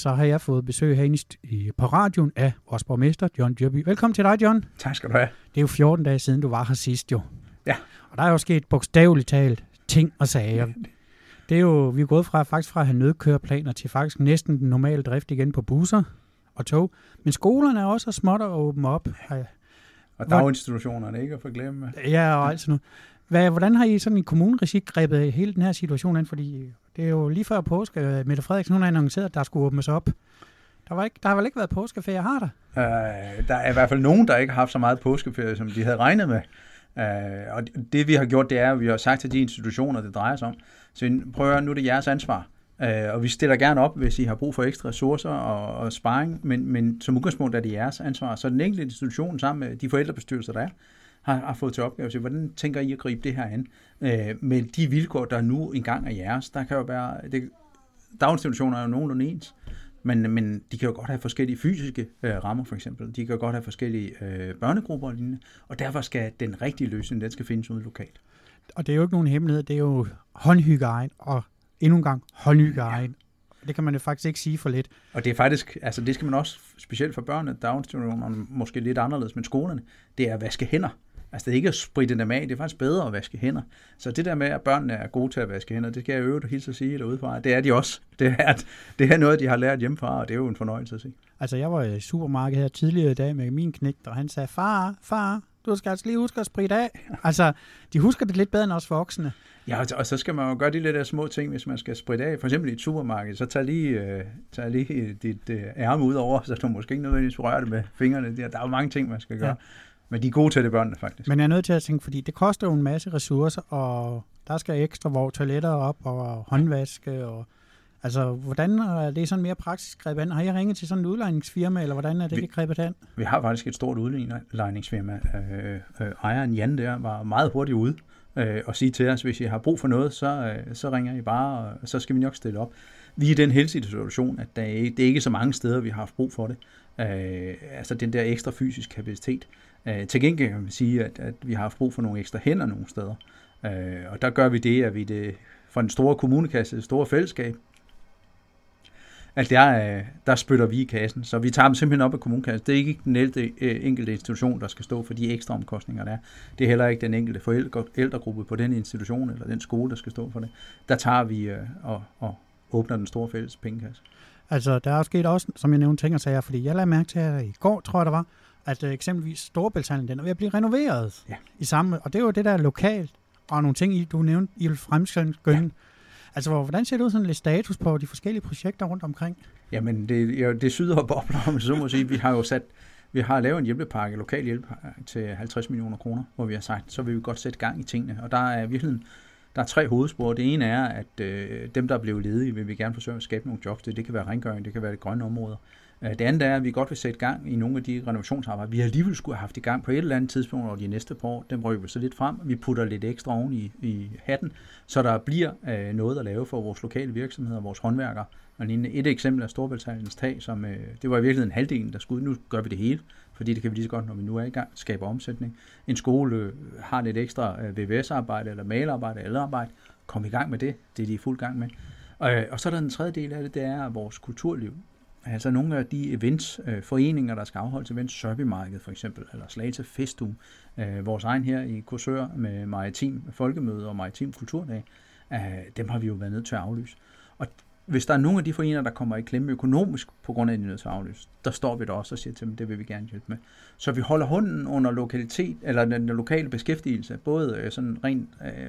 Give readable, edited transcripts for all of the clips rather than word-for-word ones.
Så har jeg fået besøg herinde på radioen af vores borgmester, John Dyrby. Velkommen til dig, John. Tak skal du have. Det er jo 14 dage siden, du var her sidst jo. Ja. Og der er jo sket bogstaveligt talt ting og sager. Det er jo, vi er gået fra at have nødkøreplaner til faktisk næsten den normale drift igen på busser og tog. Men skolerne er også småt at åbne op. Og daginstitutionerne ikke at forglemme. Ja, og alt sådan noget. Hvordan har I sådan i kommuneregi grebet hele den her situation an? Fordi det er jo lige før påske, Mette Frederiksen hun har annonceret, at der skulle åbnes op. Der har vel ikke været påskeferie, har der? Der er i hvert fald nogen, der ikke har haft så meget påskeferie, som de havde regnet med. Og det vi har gjort, det er, at vi har sagt til de institutioner, det drejer sig om, så prøv at nu er det jeres ansvar. Og vi stiller gerne op, hvis I har brug for ekstra ressourcer og sparring, men som udgangspunkt er det jeres ansvar. Så den enkelte institution sammen med de forældrebestyrelser, der er, har fået til opgave at sige, hvordan tænker I at gribe det her an? Med de vilkår, der nu engang er jeres, der kan jo være, daginstitutioner er jo nogenlunde ens, men de kan jo godt have forskellige fysiske rammer, for eksempel. De kan jo godt have forskellige børnegrupper og lignende, og derfor skal den rigtige løsning, den skal findes ude lokalt. Og det er jo ikke nogen hemmelighed, det er jo håndhygiejne, og endnu en gang håndhygiejne. Ja. Det kan man jo faktisk ikke sige for lidt. Og det er faktisk, altså det skal man også, specielt for børnene, daginstitutionerne måske lidt anderledes, men skolerne, det er at vaske hænder. Altså det er ikke at spritte dem af, det er faktisk bedre at vaske hænder. Så det der med, at børnene er gode til at vaske hænder, det skal jeg øve hilse at sige derudefra. Det er de også. Det er noget, de har lært hjemmefra, og det er jo en fornøjelse at se. Altså jeg var i supermarkedet her tidligere i dag med min knægt, og han sagde, far, du skal altså lige huske at spritte af. Altså, de husker det lidt bedre end os voksne. Ja, og så skal man jo gøre de lidt af små ting, hvis man skal spritte af. For eksempel i et supermarked, så tag lige dit ærme ud over, så du måske ikke nødvendigvis rører det med fingrene. Der er jo mange ting, man skal gøre. Ja. Men de er gode til det, børnene faktisk. Men jeg er nødt til at tænke, fordi det koster jo en masse ressourcer, og der skal ekstra toiletter op og håndvaske. Og, altså, hvordan er det sådan mere praktisk grebet an? Har I ringet til sådan et udlejningsfirma, eller hvordan er det grebet an? Vi har faktisk et stort udlejningsfirma. Ejeren Jan der var meget hurtigt ude og sige til os, hvis I har brug for noget, så ringer I bare, og så skal vi nok stille op. Vi er i den heldige situation, at det er ikke så mange steder, vi har haft brug for det. Altså den der ekstra fysisk kapacitet. Til gengæld kan man sige, at vi har haft brug for nogle ekstra hænder nogle steder. Og der gør vi det, at vi det fra den store kommunekasse, det store fællesskab, at der spytter vi i kassen. Så vi tager dem simpelthen op af kommunekassen. Det er ikke den enkelte institution, der skal stå for de ekstra omkostninger, der er. Det er heller ikke den enkelte forældregruppe på den institution eller den skole, der skal stå for det. Der tager vi og åbner den store fælles pengekasse. Altså, der er jo sket også, som jeg nævnte, ting og sager, fordi jeg lagde mærke til, at i går, tror jeg, der var, at eksempelvis Storebæltshallen, den er ved at blive renoveret i samme, og det er jo det der lokalt, og nogle ting, du nævnte, I vil fremskynde. Ja. Altså, hvordan ser det ud sådan lidt status på de forskellige projekter rundt omkring? Jamen, det syder og bobler, om så må sige. Vi har lavet en hjælpepakke, lokal hjælpepakke til 50 millioner kroner, hvor vi har sagt, så vil vi godt sætte gang i tingene. Og der er 3 hovedspor. Det ene er, at dem, der er blevet ledige, vil vi gerne forsøge at skabe nogle jobs. Det kan være rengøring, det kan være det grønne områder. Det andet er, at vi godt vil sætte gang i nogle af de renovationsarbejder. Vi har alligevel skulle have haft i gang på et eller andet tidspunkt over de næste par år. Dem rykker vi så lidt frem. Vi putter lidt ekstra oven i hatten, så der bliver noget at lave for vores lokale virksomheder og vores håndværkere. Et eksempel er Storebæltshallens tag, som det var i virkeligheden halvdelen, der skulle. Nu gør vi det hele, fordi det kan vi lige så godt, når vi nu er i gang, skaber omsætning. En skole har lidt ekstra VVS-arbejde eller mailarbejde eller elarbejde. Kom i gang med det. Det er de i fuld gang med. Og så er der den tredje del af det, det er vores kulturliv. Altså nogle af de events, foreninger, der skal afholdes events, Sørbymarkedet for eksempel, eller Slagelse Festuge, vores egen her i Korsør med maritim folkemøde og maritim kulturdag, dem har vi jo været nødt til at aflyse. Og hvis der er nogle af de foreninger, der kommer i klemme økonomisk på grund af, at de er nødt til at aflyse, der står vi der også og siger til dem, det vil vi gerne hjælpe med. Så vi holder hånden under lokalitet, eller den lokale beskæftigelse, både sådan rent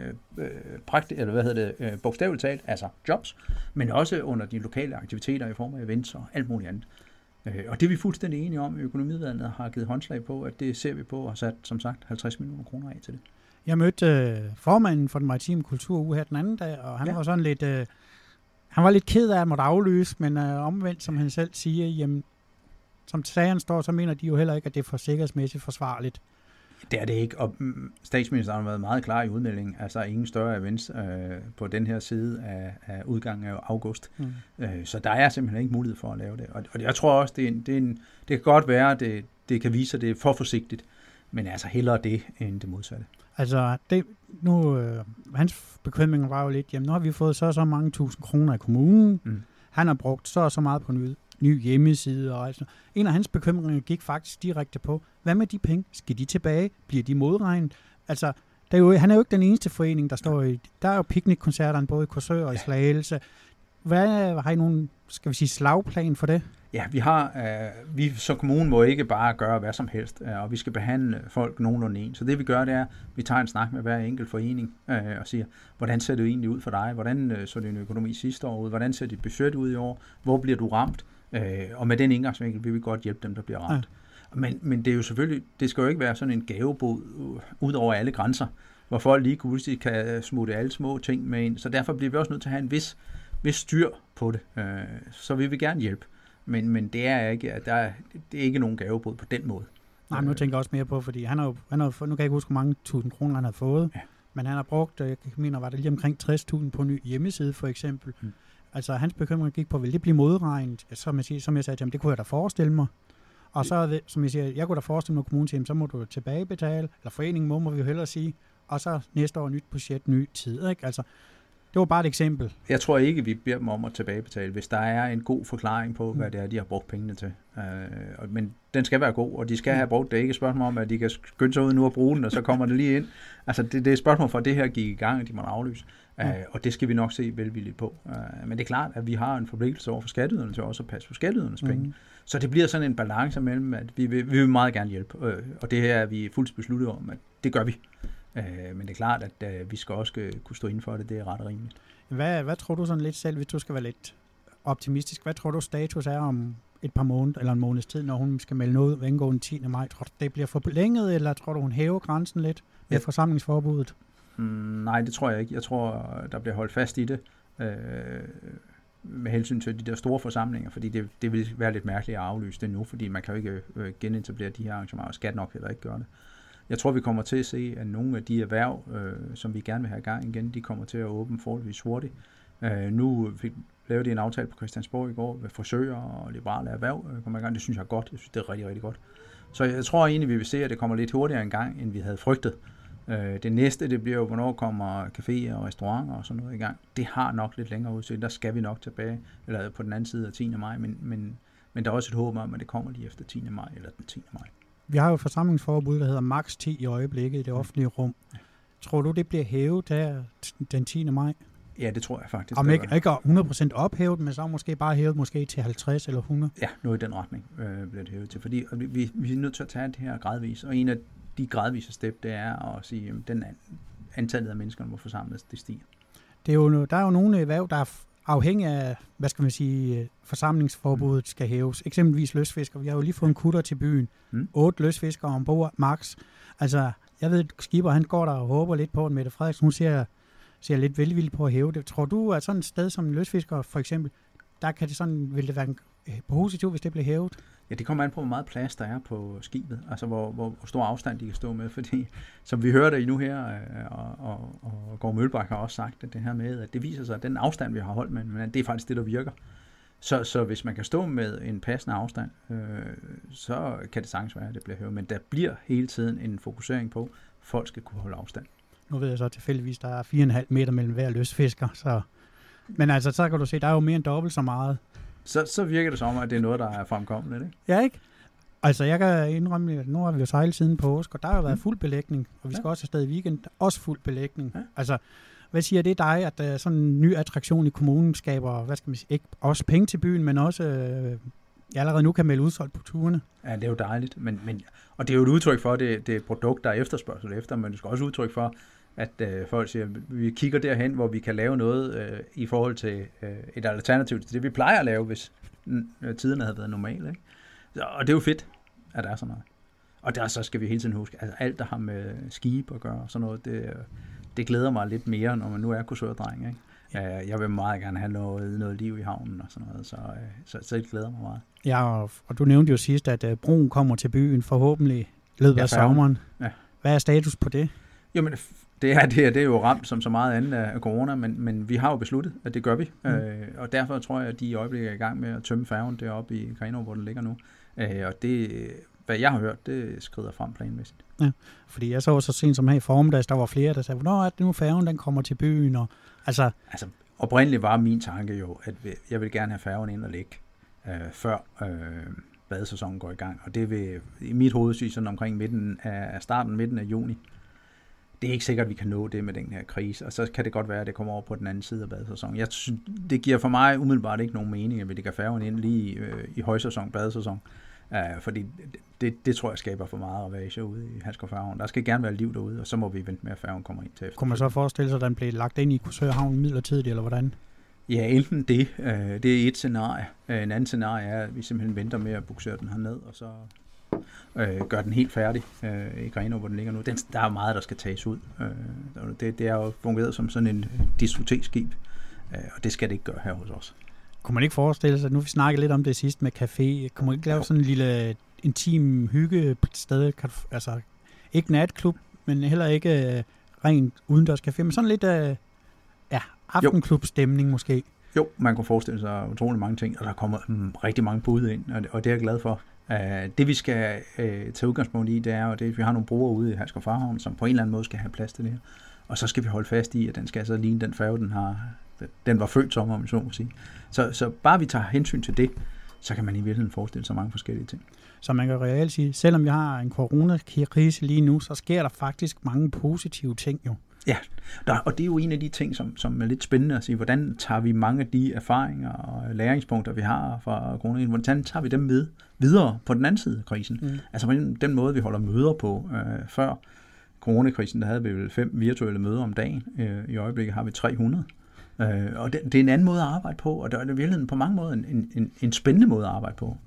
bogstaveligt talt, altså jobs, men også under de lokale aktiviteter i form af events og alt muligt andet. Og det er vi fuldstændig enige om. Økonomiudvalget har givet håndslag på, at det ser vi på og har sat, som sagt, 50 millioner kroner af til det. Jeg mødte formanden for den maritime kulturuge her den anden dag, og han var sådan lidt... Han var lidt ked af at måtte aflyse, men omvendt, som han selv siger, jamen, som sageren står, så mener de jo heller ikke, at det er for sikkerhedsmæssigt forsvarligt. Det er det ikke, og statsministeren har været meget klar i udmeldingen, altså ingen større events på den her side af udgangen af august. Så der er simpelthen ikke mulighed for at lave det. Og jeg tror også, det kan godt være, at det kan vise, at det er for forsigtigt, men altså hellere det, end det modsatte. Altså, hans bekymring var jo lidt, jamen nu har vi fået så mange tusind kroner i kommunen. han har brugt så meget på ny hjemmeside. Og altså. En af hans bekymringer gik faktisk direkte på, hvad med de penge? Skal de tilbage? Bliver de modregnet? Altså, han er jo ikke den eneste forening, der står i. Der er jo piknikkoncerterne både i Korsør og i Slagelse. Har I nogen, skal vi sige, slagplan for det? Ja, vi som kommune må ikke bare gøre hvad som helst, og vi skal behandle folk nogenlunde ens. Så det vi gør, det er, at vi tager en snak med hver enkelt forening og siger, hvordan ser det egentlig ud for dig? Hvordan så din økonomi sidste år ud? Hvordan ser dit budget ud i år? Hvor bliver du ramt? Og med den indgangsvinkel vil vi godt hjælpe dem, der bliver ramt. Ja. Men det er jo selvfølgelig, det skal jo ikke være sådan en gavebod ud over alle grænser, hvor folk lige pludselig kan smutte alle små ting med ind. Så derfor bliver vi også nødt til at have en vis styr på det. Så vi vil gerne hjælpe. Men det er ikke, det er ikke nogen gavebod på den måde. Nej, nu tænker jeg også mere på, fordi han har nu kan jeg ikke huske, hvor mange 1000 kroner han har fået, men han har brugt, jeg mener, var det lige omkring 60.000 på en ny hjemmeside, for eksempel. Altså, hans bekymring gik på, vil det blive modregnet? Som jeg sagde til ham, det kunne jeg da forestille mig. Og så, som jeg siger, jeg kunne da forestille mig, kommunen siger, så må du tilbagebetale, eller foreningen må vi jo hellere sige, og så næste år nyt budget, ny tid, ikke? Altså, det var bare et eksempel. Jeg tror ikke, vi beder dem om at tilbagebetale, hvis der er en god forklaring på, hvad det er, de har brugt pengene til. Men den skal være god, og de skal have brugt det. Det er ikke et spørgsmål om, at de kan skynde sig ud nu og bruge den, og så kommer det lige ind. Altså, det er et spørgsmål for, at det her gik i gang, at de må aflyse. Og det skal vi nok se velvilligt på. Men det er klart, at vi har en forpligtelse over for skatteyderne til også at passe på skatteydernes penge. Så det bliver sådan en balance mellem, at vi vil meget gerne hjælpe. Og det her er vi fuldt besluttet om, at det gør vi. Men det er klart, at vi skal også kunne stå inden for det. Det er ret og rimeligt. Hvad tror du sådan lidt selv, hvis du skal være lidt optimistisk? Hvad tror du status er om et par måneder eller en måneds tid, når hun skal melde noget angående 10. maj? Tror du, det bliver forlænget, eller tror du, hun hæver grænsen lidt med forsamlingsforbuddet? Nej, det tror jeg ikke. Jeg tror, der bliver holdt fast i det med hensyn til de der store forsamlinger, fordi det vil være lidt mærkeligt at aflyse det nu, fordi man kan jo ikke genetablere de her arrangementer, og skat nok heller ikke gøre det. Jeg tror, vi kommer til at se, at nogle af de erhverv, som vi gerne vil have i gang igen, de kommer til at åbne forholdsvis hurtigt. Nu lavede de en aftale på Christiansborg i går med frisører og liberale erhverv. Kommer i gang. Det synes jeg er godt. Jeg synes, det er rigtig, rigtig godt. Så jeg tror egentlig, vi vil se, at det kommer lidt hurtigere en gang, end vi havde frygtet. Det næste, det bliver jo, hvornår kommer caféer og restauranter og sådan noget i gang. Det har nok lidt længere udsigt. Der skal vi nok tilbage, eller på den anden side af 10. maj, men der er også et håb om, at det kommer lige efter 10. maj eller den 10. maj. Vi har jo et forsamlingsforbud, der hedder maks 10 i øjeblikket i det offentlige rum. Tror du, det bliver hævet der den 10. maj? Ja, det tror jeg faktisk. Om ikke 100% ophævet, men så måske bare hævet måske til 50 eller 100? Ja, noget i den retning bliver det hævet til. Fordi vi er nødt til at tage det her gradvis. Og en af de gradvise step, det er at sige, at antallet af mennesker, der må forsamles, det stiger. Der er jo nogle erhverv, der er afhængig af, hvad skal man sige, forsamlingsforbuddet skal hæves. Eksempelvis løsfisker. Vi har jo lige fået en kutter til byen. 8 løsfiskere ombord, max. Altså, jeg ved, Skipper, han går der og håber lidt på, at Mette Frederiksen, hun ser lidt velvilligt på at hæve det. Tror du, at sådan et sted som en løsfisker, for eksempel, der kan det sådan, vil det være positivt, hvis det bliver hævet? Ja, det kommer an på, hvor meget plads der er på skibet, altså hvor stor afstand de kan stå med, fordi som vi hørte i nu her, og Gård Mølbak har også sagt, at det her med, at det viser sig, at den afstand, vi har holdt med, men det er faktisk det, der virker. Så hvis man kan stå med en passende afstand, så kan det sagtens være, at det bliver hævet, men der bliver hele tiden en fokusering på, at folk skal kunne holde afstand. Nu ved jeg så tilfældigvis, der er 4,5 meter mellem hver løsfisker, så... Men altså, så kan du se, der er jo mere end dobbelt så meget. Så virker det som, at det er noget, der er fremkommeligt, ikke? Ja, ikke? Altså, jeg kan indrømme, at nu har vi jo sejlet siden påske, og der har jo været fuld belægning, og vi skal også afsted i weekend, også fuld belægning. Ja. Altså, hvad siger det dig, at sådan en ny attraktion i kommunen skaber, hvad skal man sige, ikke også penge til byen, men også jeg allerede nu kan melde udsolgt på turene? Ja, det er jo dejligt, og det er jo et udtryk for, det produkt, der er efterspørgsel efter, men det skal også udtryk for, at folk siger, at vi kigger derhen, hvor vi kan lave noget i forhold til et alternativ til det, vi plejer at lave, hvis tiderne havde været normale. Ikke? Og det er jo fedt, at der er sådan noget. Og der så skal vi hele tiden huske, altså alt, der har med skib at gøre, sådan noget, det glæder mig lidt mere, når man nu er kursørdreng. Ikke? Jeg vil meget gerne have noget liv i havnen og sådan noget, så det glæder mig meget. Ja, og du nævnte jo sidst, at broen kommer til byen forhåbentlig løbet af sommeren. Ja. Hvad er status på det? Jo, men det er jo ramt som så meget andet af corona, men vi har jo besluttet, at det gør vi. Og derfor tror jeg, at de i øjeblikket er i gang med at tømme færgen deroppe i Grenaa, hvor den ligger nu. Og det, hvad jeg har hørt, det skrider frem planmæssigt. Ja, fordi jeg så sent som her i formiddags, der var flere, der sagde, hvornår er det nu færgen, den kommer til byen? Og, altså oprindeligt var min tanke jo, at jeg vil gerne have færgen ind og ligge før badesæsonen går i gang. Og det vil i mit hoved sige sådan omkring midten af juni. Det er ikke sikkert, at vi kan nå det med den her krise, og så kan det godt være, at det kommer over på den anden side af badesæsonen. Jeg synes, det giver for mig umiddelbart ikke nogen mening, at vi lægger færgen ind lige i højsæson, badesæson, fordi det tror jeg skaber for meget ravage ude i Halsgård-færgen. Der skal gerne være liv derude, og så må vi vente med, at færgen kommer ind til efter. Kunne man så forestille sig, at den blev lagt ind i Korsør Havn midlertidigt, eller hvordan? Ja, enten det. Det er et scenarie. En anden scenarie er, at vi simpelthen venter med at buksere den herned, og så gør den helt færdig i Grenaa, hvor den ligger nu. Der er meget, der skal tages ud. Det er jo fungeret som sådan en diskotekskib, og det skal det ikke gøre her hos os. Kunne man ikke forestille sig, nu vi snakkede lidt om det sidst med café, kunne man ikke lave sådan en lille intim hyggested, altså ikke natklub, men heller ikke rent udendørs café, men sådan lidt aftenklubstemning måske? Jo, man kunne forestille sig utrolig mange ting, og der kommer rigtig mange bud ind, og det er jeg glad for. Det vi skal tage udgangspunkt i, det er jo, at vi har nogle brugere ude i Halsgård Havn, som på en eller anden måde skal have plads til det her. Og så skal vi holde fast i, at den skal altså ligne den færge, den var født som, om man så må sige. Så bare vi tager hensyn til det, så kan man i virkeligheden forestille sig mange forskellige ting. Så man kan reelt sige, selvom vi har en coronakrise lige nu, så sker der faktisk mange positive ting jo. Ja, og det er jo en af de ting, som er lidt spændende at sige, hvordan tager vi mange af de erfaringer og læringspunkter, vi har fra coronakrisen, hvordan tager vi dem med videre på den anden side af krisen? Altså på den måde, vi holder møder på. Før coronakrisen, der havde vi vel 5 virtuelle møder om dagen. I øjeblikket har vi 300. Og det er en anden måde at arbejde på, og det er virkelig på mange måder en spændende måde at arbejde på.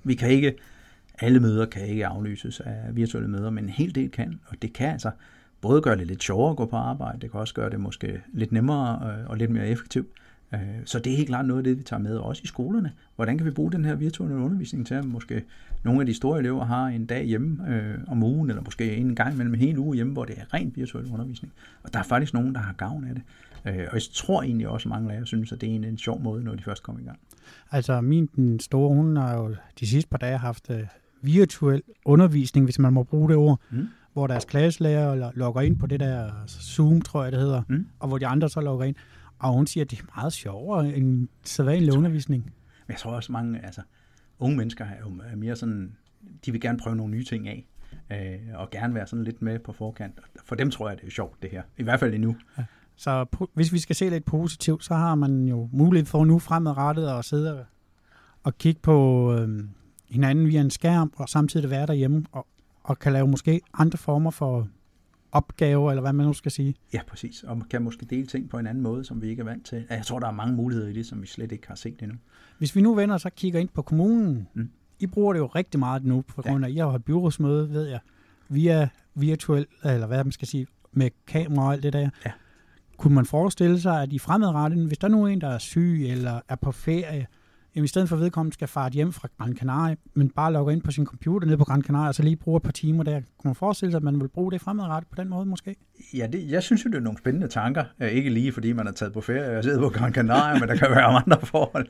Alle møder kan ikke aflyses af virtuelle møder, men en hel del kan, og det kan altså både gøre det lidt sjovere at gå på arbejde, det kan også gøre det måske lidt nemmere og lidt mere effektivt. Så det er helt klart noget af det, vi tager med også i skolerne. Hvordan kan vi bruge den her virtuelle undervisning til, at måske nogle af de store elever har en dag hjemme om ugen, eller måske en gang mellem en hel uge hjemme, hvor det er rent virtuel undervisning. Og der er faktisk nogen, der har gavn af det. Og jeg tror egentlig også, at mange lærere synes, at det er en sjov måde, når de først kommer i gang. Altså den store, hun har jo de sidste par dage haft virtuel undervisning, hvis man må bruge det ord, hvor deres klasselærer logger ind på det der Zoom, tror jeg det hedder, og hvor de andre så logger ind. Og hun siger, at det er meget sjovere end sædvanlig undervisning. Men jeg tror også mange, unge mennesker er mere sådan, de vil gerne prøve nogle nye ting af, og gerne være sådan lidt med på forkant. For dem tror jeg, det er sjovt det her. I hvert fald endnu. Ja. Så hvis vi skal se lidt positivt, så har man jo mulighed for nu fremadrettet at sidde og kigge på hinanden via en skærm, og samtidig være derhjemme, og kan lave måske andre former for opgaver, eller hvad man nu skal sige. Ja, præcis. Og man kan måske dele ting på en anden måde, som vi ikke er vant til. Jeg tror, der er mange muligheder i det, som vi slet ikke har set endnu. Hvis vi nu vender og så kigger ind på kommunen, I bruger det jo rigtig meget nu, på grund af, at I har holdt byrådsmøde, ved jeg, via virtuel, eller hvad man skal sige, med kamera og alt det der. Ja. Kunne man forestille sig, at I fremadrettet, hvis der nu er en, der er syg, eller er på ferie, i stedet for vedkommende skal fare hjem fra Gran Canaria, men bare logge ind på sin computer nede på Gran Canaria, og så lige bruge et par timer der. Kunne man forestille sig, at man vil bruge det fremadrettet på den måde måske? Ja, jeg synes jo, det er nogle spændende tanker. Ikke lige fordi man er taget på ferie og sidder på Gran Canaria, men der kan være andre forhold.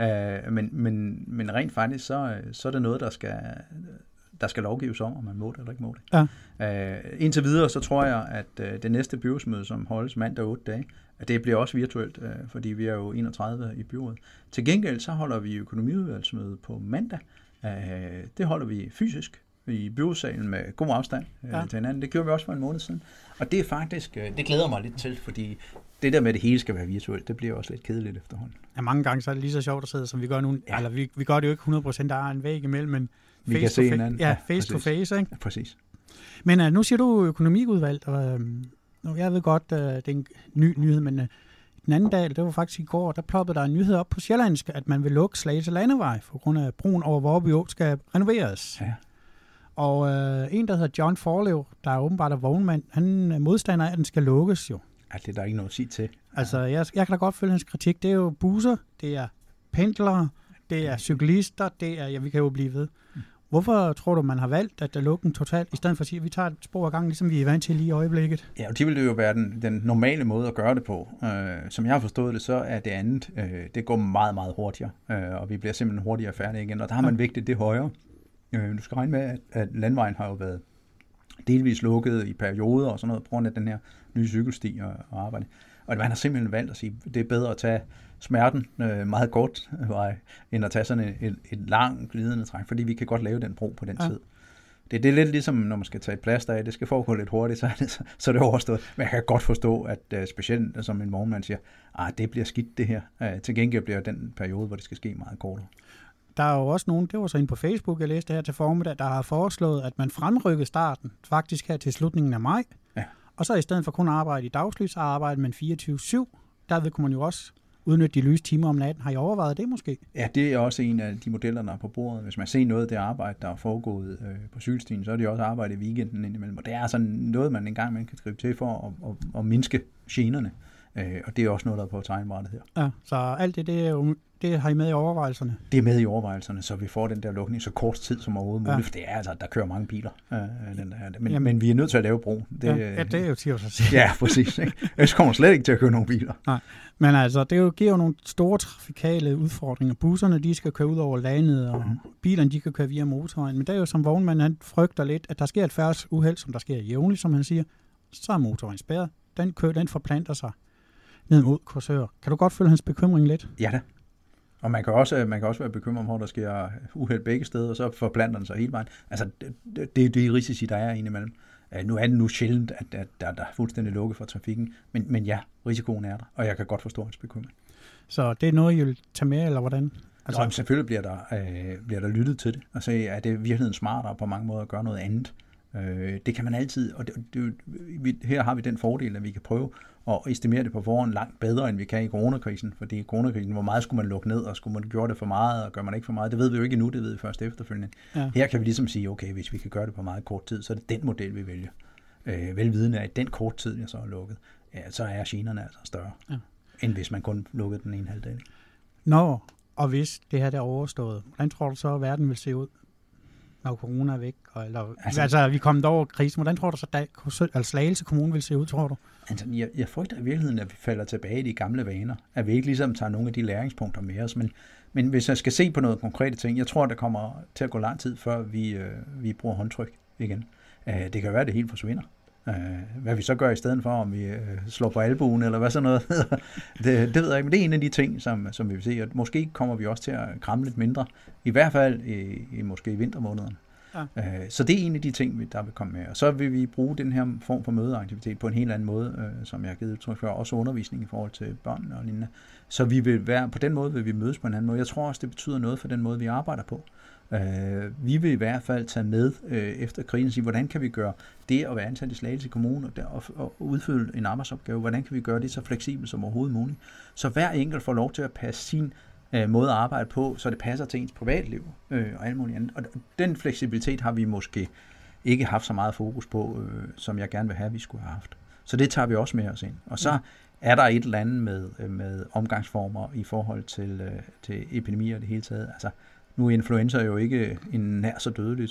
Men rent faktisk, så er det noget, der skal lovgives om man må det eller ikke må det. Ja. Indtil videre, så tror jeg, at det næste byrådsmøde, som holdes mandag 8 dage, at det bliver også virtuelt, fordi vi er jo 31 i byrådet. Til gengæld, så holder vi økonomiudvalgsmøde på mandag. Det holder vi fysisk i byrådssalen med god afstand til hinanden. Det gjorde vi også for en måned siden. Og det er faktisk, det glæder mig lidt til, fordi det der med, at det hele skal være virtuelt, det bliver også lidt kedeligt efterhånden. Ja, mange gange så er det lige så sjovt at sidde, som vi gør nu. Ja. Eller vi gør det jo ikke 100%, der er en væg imellem, men vi kan se hinanden. Ja, face to face, ikke? Ja, præcis. Men nu siger du økonomiudvalg, og jeg ved godt, det er en ny nyhed, men den anden dag, det var faktisk i går, der ploppede der en nyhed op på sjællandsk, at man vil lukke Slagelse Landevej, for grund af at broen over Vorby Å skal renoveres. Ja. Og en, der hedder John Forlev, der er åbenbart er vognmand, han er modstander af, at den skal lukkes jo. Ja, det er der ikke noget at sige til. Altså, jeg kan da godt følge hans kritik. Det er jo busser, det er pendlere, det er cyklister, det er, vi kan jo blive ved. Hvorfor tror du, man har valgt at lukke den totalt, i stedet for at sige, at vi tager et spor ad gangen, ligesom vi er vant til lige i øjeblikket? Ja, og det ville jo være den normale måde at gøre det på. Som jeg har forstået det, så er det andet, det går meget, meget hurtigere, og vi bliver simpelthen hurtigere færdige igen, og der har man vægtet det højere. Du skal regne med, at landvejen har jo været delvis lukket i perioder og sådan noget, på grund af den her nye cykelsti og arbejde. Og man har simpelthen valgt at sige, at det er bedre at tage smerten meget kort vej, end at tage sådan en lang glidende træk, fordi vi kan godt lave den bro på den tid. Det er lidt ligesom, når man skal tage et plaster af, det skal foregå lidt hurtigt, så er det overstået. Men jeg kan godt forstå, at specielt som en vognmand siger, det bliver skidt det her. Til gengæld bliver den periode, hvor det skal ske meget kortere. Der er jo også nogen, det var så inde på Facebook, jeg læste her til formiddag, der har foreslået, at man fremrykker starten faktisk her til slutningen af maj. Ja. Og så i stedet for kun at arbejde i dagslys, så arbejder man 24/7. Derved kunne man jo også udnytte de lyse timer om natten. Har I overvejet det måske? Ja, det er også en af de modeller, der er på bordet. Hvis man ser noget af det arbejde, der er foregået på cykelstien, så er det også arbejde i weekenden indimellem. Og det er altså noget, man engang man kan skrive til for at mindske generne. Og det er også noget, der er på tegnbrættet her. Ja, så alt det har I med i overvejelserne? Det er med i overvejelserne, så vi får den der lukning så kort tid som overhovedet muligt, for det er altså, der kører mange biler. Men vi er nødt til at lave bro. Det er jo til at sige. Ja, præcis. Ellers kommer slet ikke til at køre nogle giver. Nej, men altså, det giver jo nogle store trafikale udfordringer. Busserne, de skal køre ud over landet, og bilerne, de kan køre via motorvejen. Men der er jo som vognmand, han frygter lidt, at der sker et færdsuheld, som der sker jævnligt, som han siger. Så er motorvejen spærret. Den forplanter sig ned mod Korsør. Kan du godt følge hans bekymring lidt? Ja da. Og man kan også være bekymret om, hvor der sker uheld begge steder, og så forplanter den sig hele vejen. Altså, det er de risici, der er indimellem. Nu er det sjældent, at der er fuldstændig lukket for trafikken, men ja, risikoen er der, og jeg kan godt forstå hans bekymring. Så det er noget, I vil tage med, eller hvordan? Altså, Nå, selvfølgelig bliver der lyttet til det, og så er det virkeligheden smartere på mange måder at gøre noget andet. Det kan man altid, og her har vi den fordel, at vi kan prøve at estimere det på forhånd langt bedre, end vi kan i coronakrisen, fordi i coronakrisen, hvor meget skulle man lukke ned, og skulle man gøre det for meget, og gør man ikke for meget, det ved vi jo ikke endnu, det ved vi først efterfølgende. Ja. Her kan vi ligesom sige, okay, hvis vi kan gøre det på meget kort tid, så er det den model, vi vælger. Velvidende, at den kort tid, jeg så er lukket, så er generne altså større, end hvis man kun lukkede den en halv dag. Og hvis det her der er overstået, hvordan tror du så, at verden vil se ud, når corona er væk? Altså vi er kommet over krisen. Hvordan tror du så, at Slagelse Kommune vil se ud, tror du? Altså, jeg frygter i virkeligheden, at vi falder tilbage i de gamle vaner. At vi ikke ligesom tager nogle af de læringspunkter med os. Men hvis jeg skal se på noget konkrete ting, jeg tror, at der kommer til at gå lang tid, før vi bruger håndtryk igen. Det kan være, at det helt forsvinder. Hvad vi så gør i stedet for, om vi slår på albuen, eller hvad sådan noget. det ved jeg ikke, men det er en af de ting, som vi vil se. Og måske kommer vi også til at kramme lidt mindre. I hvert fald måske i vintermånederne. Ja. Så det er en af de ting, der vil komme med. Og så vil vi bruge den her form for mødeaktivitet på en helt anden måde, som jeg har givet udtryk for, også undervisning i forhold til børn og lignende. Så vi vil på den måde vil vi mødes på en anden måde. Jeg tror også, det betyder noget for den måde, vi arbejder på. Vi vil i hvert fald tage med efter krigen og sige, hvordan kan vi gøre det at være ansat i Slagelse Kommune og udfylde en arbejdsopgave, hvordan kan vi gøre det så fleksibelt som overhovedet muligt. Så hver enkelt får lov til at passe sin måde at arbejde på, så det passer til ens privatliv og alt muligt andet. Og den fleksibilitet har vi måske ikke haft så meget fokus på, som jeg gerne vil have, vi skulle have haft. Så det tager vi også med os ind. Og så er der et eller andet med omgangsformer i forhold til epidemier i det hele taget. Altså, nu er influenza jo ikke en nær så dødelig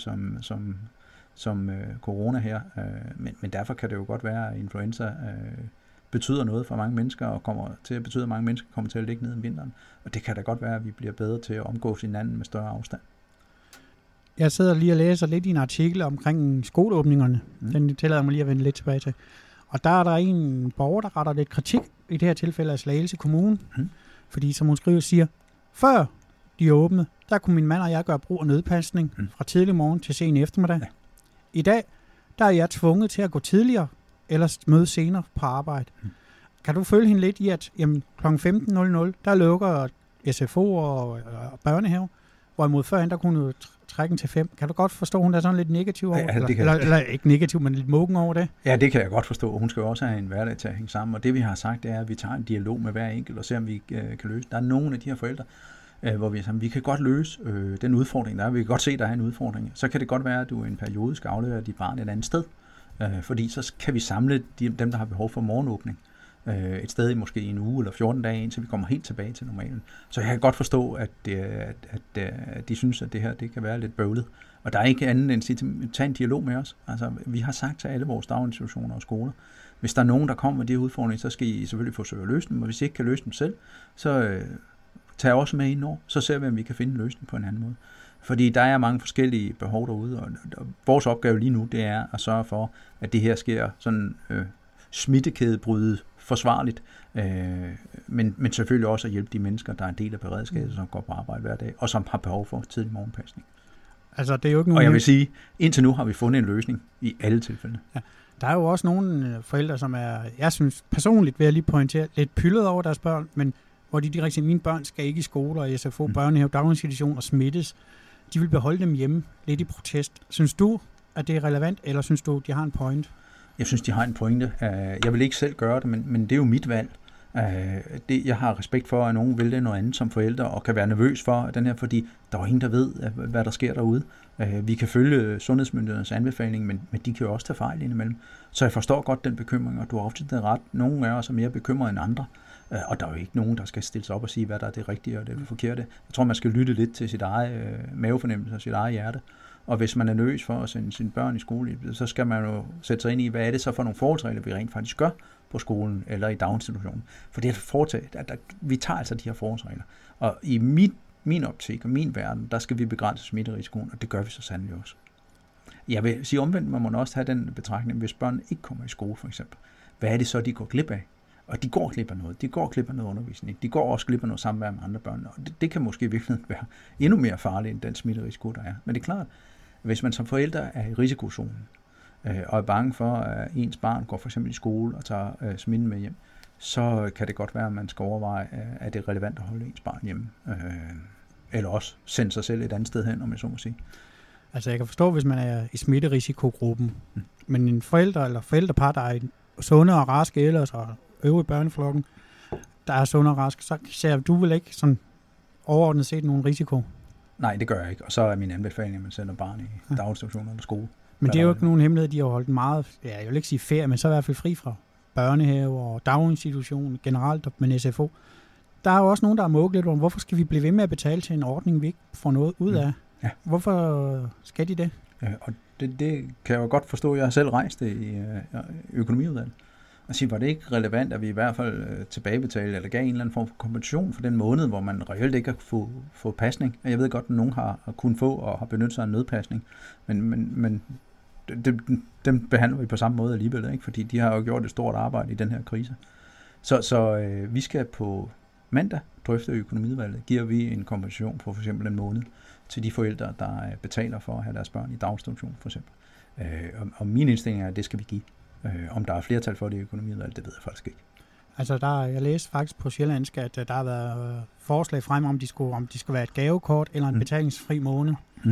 som corona her, men derfor kan det jo godt være, at influenza betyder noget for mange mennesker, og kommer til at betyde, at mange mennesker kommer til at ligge ned om vinteren. Og det kan da godt være, at vi bliver bedre til at omgås hinanden med større afstand. Jeg sidder lige og læser lidt i en artikel omkring skoleåbningerne. Den tillader mig lige at vende lidt tilbage til. Og der er der en borger, der retter lidt kritik, i det her tilfælde af Slagelse Kommune. Fordi, som hun siger, før de åbnede, der kunne min mand og jeg gøre brug af nødpasning fra tidlig morgen til sen eftermiddag. Ja. I dag, der er jeg tvunget til at gå tidligere, eller møde senere på arbejde. Kan du følge hende lidt i, at kl. 15.00, der lukker SFO og børnehave, hvorimod førhen, der kunne du trække den til 5. Kan du godt forstå, hun er sådan lidt negativ over det? Eller ikke negativ, men lidt mogen over det? Ja, det kan jeg godt forstå. Hun skal jo også have en hverdag til at hænge sammen. Og det vi har sagt, det er, at vi tager en dialog med hver enkelt og ser, om vi kan løse. Der er nogle af de her forældre, hvor vi kan godt løse den udfordring, der er. Vi kan godt se, at der er en udfordring. Så kan det godt være, at du i en periode skal aflevere dit barn et andet sted. Fordi så kan vi samle dem, der har behov for morgenåbning et sted i måske en uge eller 14 dage, indtil vi kommer helt tilbage til normalen. Så jeg kan godt forstå, at de synes, at det her det kan være lidt bøvlet. Og der er ikke andet end at tage en dialog med os. Altså, vi har sagt til alle vores daginstitutioner og skoler, hvis der er nogen, der kommer med de her udfordringer, så skal I selvfølgelig forsøge at løse dem, og hvis I ikke kan løse dem selv, så tag også med ind over, så ser vi, om vi kan finde en løsning på en anden måde. Fordi der er mange forskellige behov derude, og vores opgave lige nu, det er at sørge for, at det her sker sådan smittekædebryddet forsvarligt, men selvfølgelig også at hjælpe de mennesker, der er en del af beredskabet, som går på arbejde hver dag, og som har behov for tidlig morgenpasning. Altså, det er jo ikke nogen... Og jeg vil sige, indtil nu har vi fundet en løsning i alle tilfælde. Ja. Der er jo også nogle forældre, som er, jeg synes personligt, vil jeg lige pointere, lidt pyldet over deres børn, men hvor de direkte siger, mine børn skal ikke i skole og SFO, børnehave, daginstitution og smittes. De vil beholde dem hjemme, lidt i protest. Synes du, at det er relevant, eller synes du, de har en point? Jeg synes, de har en pointe. Jeg vil ikke selv gøre det, men det er jo mit valg. Jeg har respekt for, at nogen vil det noget andet som forældre, og kan være nervøs for den her, fordi der er ingen, der ved, hvad der sker derude. Vi kan følge sundhedsmyndighedernes anbefaling, men de kan jo også tage fejl indimellem. Så jeg forstår godt den bekymring, og du har ofte det ret. Nogle af os er mere bekymrede end andre, og der er jo ikke nogen, der skal stille sig op og sige, hvad der er det rigtige og det forkerte. Jeg tror, man skal lytte lidt til sit eget mavefornemmelse og sit eget hjerte. Og hvis man er nervøs for at sende sine børn i skole, så skal man jo sætte sig ind i, hvad er det så for nogle forholdsregler, vi rent faktisk gør på skolen eller i daginstitutionen. For det er vi tager altså de her forholdsregler. Og i min optik og min verden, der skal vi begrænse smitterisikoen, og det gør vi så sandelig også. Jeg vil sige omvendt, man må også have den betragtning, hvis børn ikke kommer i skole for eksempel. Hvad er det så, de går glip af? Og de går glip af noget. De går glip af noget undervisning. De går også glip af noget samvær med andre børn. Og det kan måske i virkeligheden være endnu mere farligt end den smitterisiko, der er. Men det er klart, hvis man som forælder er i risikozonen, og er bange for, at ens barn går for eksempel i skole og tager smitten med hjem, så kan det godt være, at man skal overveje, at det er relevant at holde ens barn hjemme. Eller også sende sig selv et andet sted hen, om jeg så må sige. Altså jeg kan forstå, hvis man er i smitterisikogruppen, men en forælder eller forældrepar, der er sunde og raske ellers, og øvrige børneflokken, der er sunde og raske, så ser du vel ikke sådan overordnet set nogen risiko? Nej, det gør jeg ikke. Og så er min anbefaling, at man sender barn i daginstitutioner eller skole. Men det er jo ikke nogen hemmelighed, de har holdt meget, jeg vil ikke sige ferie, men så i hvert fald fri fra børnehave og daginstitution generelt, men SFO. Der er jo også nogen, der har måget lidt om, hvorfor skal vi blive ved med at betale til en ordning, vi ikke får noget ud af? Ja. Hvorfor skal de det? Ja, og det kan jeg jo godt forstå. Jeg har selv rejst det i økonomiudvalget. Og sige, var det ikke relevant, at vi i hvert fald tilbagebetalte eller gav en eller anden form for kompensation for den måned, hvor man reelt ikke har få pasning. Jeg ved godt, at nogen har kunnet få og har benyttet sig af nødpasning, men dem behandler vi på samme måde alligevel, ikke? Fordi de har jo gjort et stort arbejde i den her krise. Så vi skal på mandag drøfte økonomiudvalget, giver vi en kompensation for eksempel en måned til de forældre, der betaler for at have deres børn i daginstitution for eksempel. Og min indstilling er, at det skal vi give. Om der er flertal for det i økonomiudvalget, det ved jeg faktisk ikke. Altså jeg læste faktisk på Sjællandsk, at der har været forslag frem om de skulle være et gavekort eller en betalingsfri måned.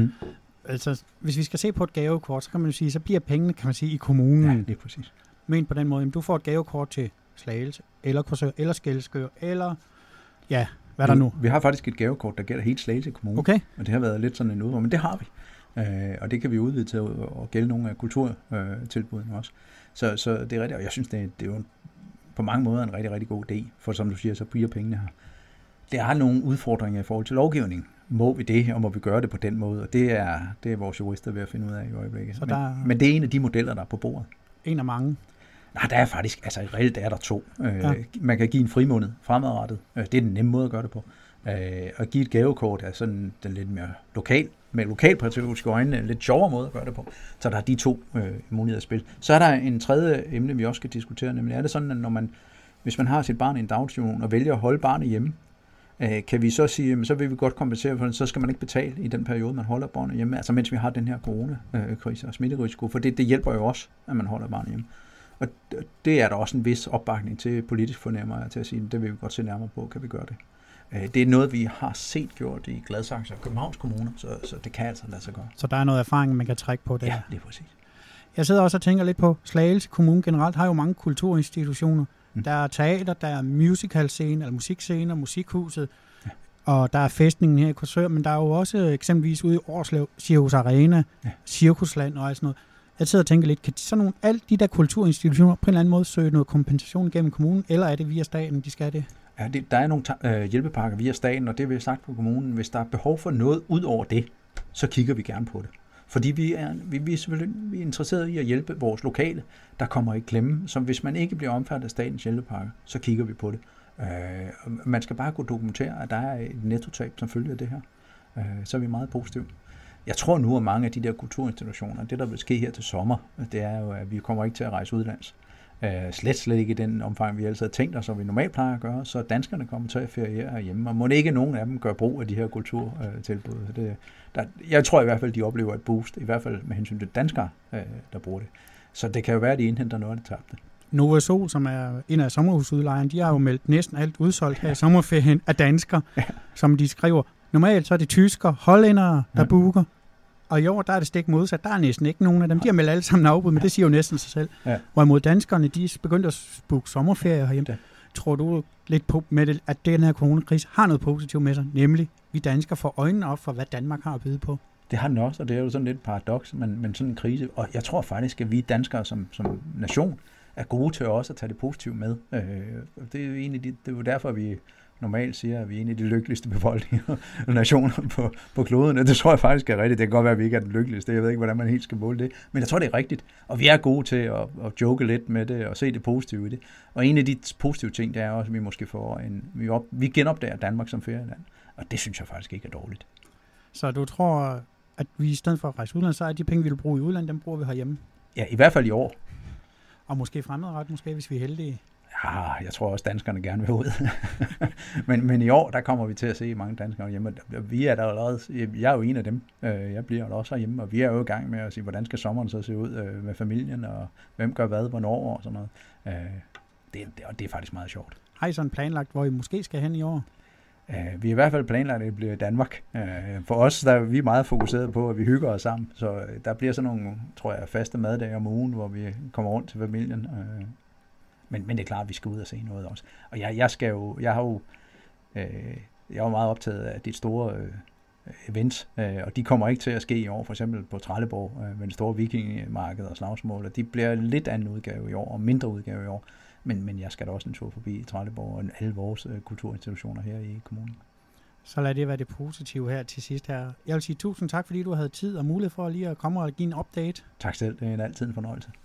Altså hvis vi skal se på et gavekort, så kan man jo sige, så bliver pengene, kan man sige, i kommunen. Ja, det er præcis. Men på den måde, du får et gavekort til Slagelse, eller Korsør, eller Skælskør, eller ja, hvad der nu? Vi har faktisk et gavekort, der gælder helt Slagelse Kommune. Okay. Og det har været lidt sådan en udfordring, men det har vi. Og det kan vi udvide til at gælde nogle af kulturtilbudene også. Så det er rigtigt, og jeg synes, det er jo på mange måder en rigtig, rigtig god idé, for som du siger, så bliver pengene her. Der er nogle udfordringer i forhold til lovgivning. Må vi det, og må vi gøre det på den måde? Og det er vores jurister ved at finde ud af i øjeblikket. Men det er en af de modeller, der er på bordet. En af mange? Nej, der er faktisk, altså reelt er der to. Man kan give en frimåned fremadrettet. Det er den nemme måde at gøre det på. At give et gavekort er sådan den lidt mere med lokalpatriotiske øjne, lidt sjovere måde at gøre det på. Så der er de to muligheder at spille. Så er der en tredje emne, vi også skal diskutere, nemlig er det sådan, at hvis man har sit barn i en daginstitution og vælger at holde barnet hjemme, kan vi så sige, så vil vi godt kompensere for det, så skal man ikke betale i den periode, man holder barnet hjemme, altså mens vi har den her coronakrise og smitterisiko, for det hjælper jo også, at man holder barnet hjemme. Og det er der også en vis opbakning til politisk fornemmer til at sige, det vil vi godt se nærmere på, kan vi gøre det. Det er noget, vi har set gjort i Gladsaxe og Københavns Kommune, så det kan altså lade sig gøre. Så der er noget erfaring, man kan trække på det. Ja, det er præcis. Jeg sidder også og tænker lidt på, Slagelse Kommune generelt har jo mange kulturinstitutioner. Der er teater, der er musicalscene, eller musikscener, musikhuset, og der er festningen her i Korsør, men der er jo også eksempelvis ude i Årslev, Cirkus Arena, Cirkusland og alt sådan noget. Jeg sidder og tænker lidt, kan alle de der kulturinstitutioner på en eller anden måde søge noget kompensation gennem kommunen, eller er det via staten, de skal det? Ja, der er nogle hjælpepakker via staten, og det vil jeg sagt på kommunen. Hvis der er behov for noget ud over det, så kigger vi gerne på det. Fordi vi er selvfølgelig interesserede i at hjælpe vores lokale, der kommer i klemme. Så hvis man ikke bliver omfattet af statens hjælpepakker, så kigger vi på det. Man skal bare kunne dokumentere, at der er et nettotab som følge af det her. Så er vi meget positive. Jeg tror nu, at mange af de der kulturinstitutioner, det der vil ske her til sommer, det er jo, at vi kommer ikke til at rejse udlands. Slet ikke i den omfang, vi ellers havde tænkt os, som vi normalt plejer at gøre, så danskerne kommer til at feriere herhjemme, og må ikke nogen af dem gøre brug af de her kulturtilbud. Jeg tror i hvert fald, de oplever et boost, i hvert fald med hensyn til danskere, der bruger det. Så det kan jo være, at de indhenter noget af det tabte. Nova Sol, som er en af sommerhusudlejerne, de har jo meldt næsten alt udsolgt her i sommerferien af danskere, som de skriver. Normalt så er det tyskere, hollændere, der booker, og i år der er det stik modsat. Der er næsten ikke nogen af dem. De har meldt alle sammen afbud, men det siger jo næsten sig selv. Ja. Hvorimod danskerne, de er begyndt at booke sommerferie herhjemme. Ja. Tror du lidt på med det, at den her coronakrise har noget positivt med sig, nemlig vi danskere får øjnene op for, hvad Danmark har at byde på? Det har den også, og det er jo sådan lidt paradoks, men sådan en krise. Og jeg tror faktisk, at vi danskere som nation er gode til også at tage det positive med. Det er jo derfor, vi normalt siger, at vi er en af de lykkeligste befolkninger og nationer på kloden. Det tror jeg faktisk er rigtigt. Det kan godt være, at vi ikke er den lykkeligste. Jeg ved ikke, hvordan man helt skal måle det. Men jeg tror, det er rigtigt. Og vi er gode til at joke lidt med det og se det positive i det. Og en af de positive ting, det er også, at vi måske får vi genopdager Danmark som ferieland. Og det synes jeg faktisk ikke er dårligt. Så du tror, at vi i stedet for at rejse udlandet, så er de penge, vi vil bruge i udlandet, dem bruger vi herhjemme? Ja, i hvert fald i år. Og måske fremadrettet, hvis vi er heldige? Ja, jeg tror også, danskerne gerne vil ud. men i år, der kommer vi til at se mange danskere hjemme. Vi er der allerede, jeg er jo en af dem. Jeg bliver også herhjemme, og vi er jo i gang med at sige, hvordan skal sommeren så se ud med familien, og hvem gør hvad, hvornår og sådan noget. Det er faktisk meget sjovt. Har I sådan planlagt, hvor I måske skal hen i år? Vi er i hvert fald planlagt, at det bliver Danmark. For os, der er vi meget fokuseret på, at vi hygger os sammen. Så der bliver sådan nogle, tror jeg, faste maddage om ugen, hvor vi kommer rundt til familien. Men det er klart, at vi skal ud og se noget også. Og jeg er jo meget optaget af de store events, og de kommer ikke til at ske i år, for eksempel på Trelleborg med det store vikingemarked og slagsmål, og de bliver lidt anden udgave i år, og mindre udgave i år. Men jeg skal da også en tur forbi Trelleborg og alle vores kulturinstitutioner her i kommunen. Så lad det være det positive her til sidst her. Jeg vil sige tusind tak, fordi du havde tid og mulighed for lige at komme og give en update. Tak selv, det er altid en fornøjelse.